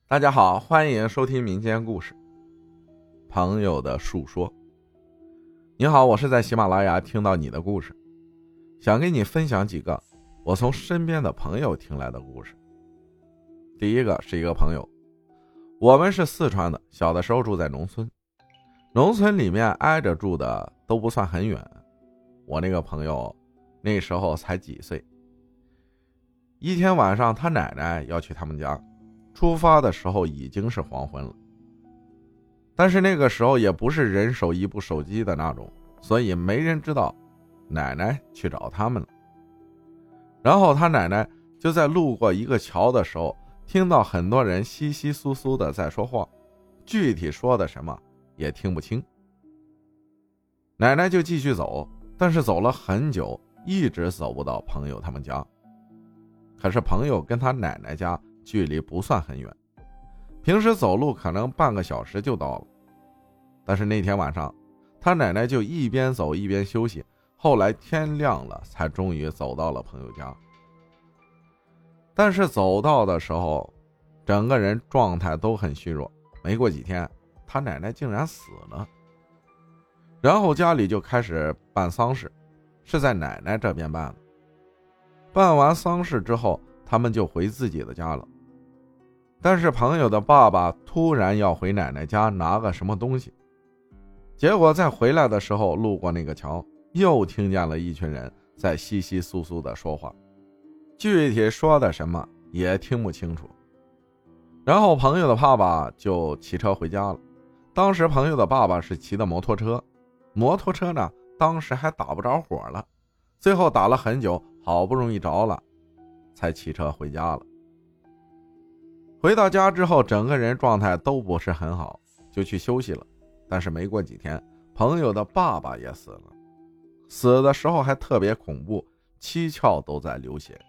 大家好，欢迎收听民间故事朋友的述说。你好，我是在喜马拉雅听到你的故事，想给你分享几个我从身边的朋友听来的故事。第一个是一个朋友，我们是四川的，小的时候住在农村，农村里面挨着住的都不算很远。我那个朋友那时候才几岁，一天晚上他奶奶要去他们家，出发的时候已经是黄昏了，但是那个时候也不是人手一部手机的那种，所以没人知道奶奶去找他们了。然后他奶奶就在路过一个桥的时候，听到很多人稀稀疏疏的在说话，具体说的什么也听不清。奶奶就继续走，但是走了很久，一直走不到朋友他们家。可是朋友跟他奶奶家距离不算很远，平时走路可能半个小时就到了。但是那天晚上他奶奶就一边走一边休息，后来天亮了才终于走到了朋友家。但是走到的时候整个人状态都很虚弱，没过几天他奶奶竟然死了。然后家里就开始办丧事，是在奶奶这边办的。办完丧事之后他们就回自己的家了。但是朋友的爸爸突然要回奶奶家拿个什么东西，结果在回来的时候路过那个桥，又听见了一群人在稀稀疏疏的说话，具体说的什么也听不清楚。然后朋友的爸爸就骑车回家了。当时朋友的爸爸是骑的摩托车，摩托车呢当时还打不着火了，最后打了很久，好不容易着了，才骑车回家了。回到家之后整个人状态都不是很好，就去休息了。但是没过几天朋友的爸爸也死了，死的时候还特别恐怖，七窍都在流血。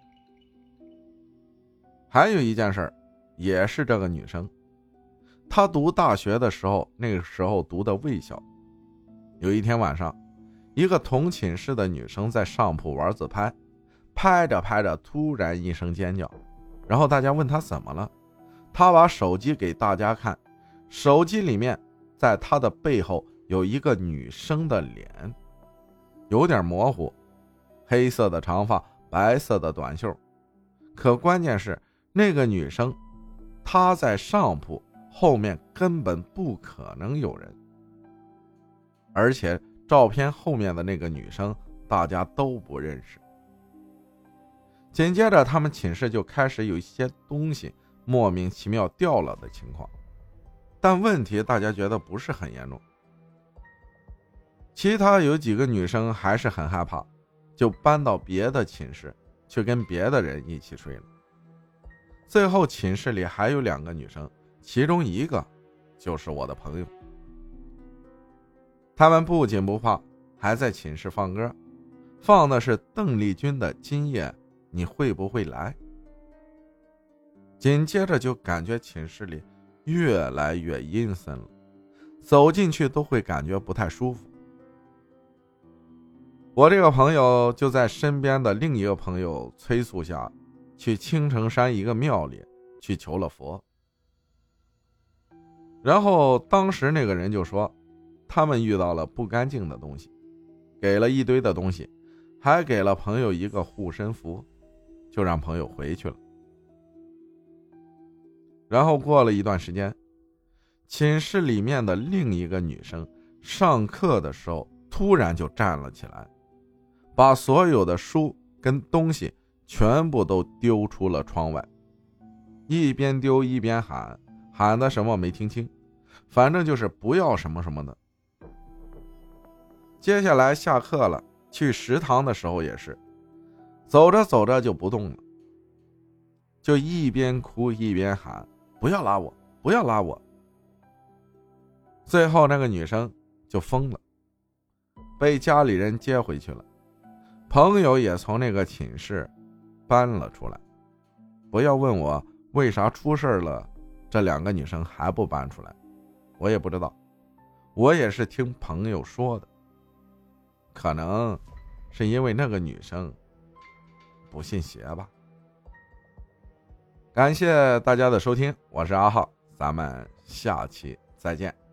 还有一件事也是这个女生，她读大学的时候，那个时候读的卫校。有一天晚上，一个同寝室的女生在上铺玩自拍，拍着拍着突然一声尖叫，然后大家问她怎么了，她把手机给大家看，手机里面在她的背后有一个女生的脸，有点模糊，黑色的长发，白色的短袖。可关键是那个女生她在上铺，后面根本不可能有人，而且照片后面的那个女生大家都不认识。紧接着他们寝室就开始有一些东西莫名其妙掉了的情况，但问题大家觉得不是很严重。其他有几个女生还是很害怕，就搬到别的寝室去跟别的人一起睡了。最后寝室里还有2个女生，其中一个就是我的朋友。他们不仅不怕，还在寝室放歌，放的是邓丽君的《今夜你会不会来》。紧接着就感觉寝室里越来越阴森了，走进去都会感觉不太舒服。我这个朋友就在身边的另一个朋友催促下，去青城山一个庙里去求了佛。然后当时那个人就说他们遇到了不干净的东西，给了一堆的东西，还给了朋友一个护身符，就让朋友回去了。然后过了一段时间，寝室里面的另一个女生上课的时候突然就站了起来，把所有的书跟东西全部都丢出了窗外，一边丢一边喊，喊的什么没听清，反正就是不要什么什么的。接下来下课了，去食堂的时候也是，走着走着就不动了，就一边哭一边喊，不要拉我，不要拉我。最后那个女生就疯了，被家里人接回去了，朋友也从那个寝室搬了出来。不要问我为啥出事了这2个女生还不搬出来，我也不知道，我也是听朋友说的，可能是因为那个女生不信邪吧。 感谢大家的收听，我是阿浩，咱们下期再见。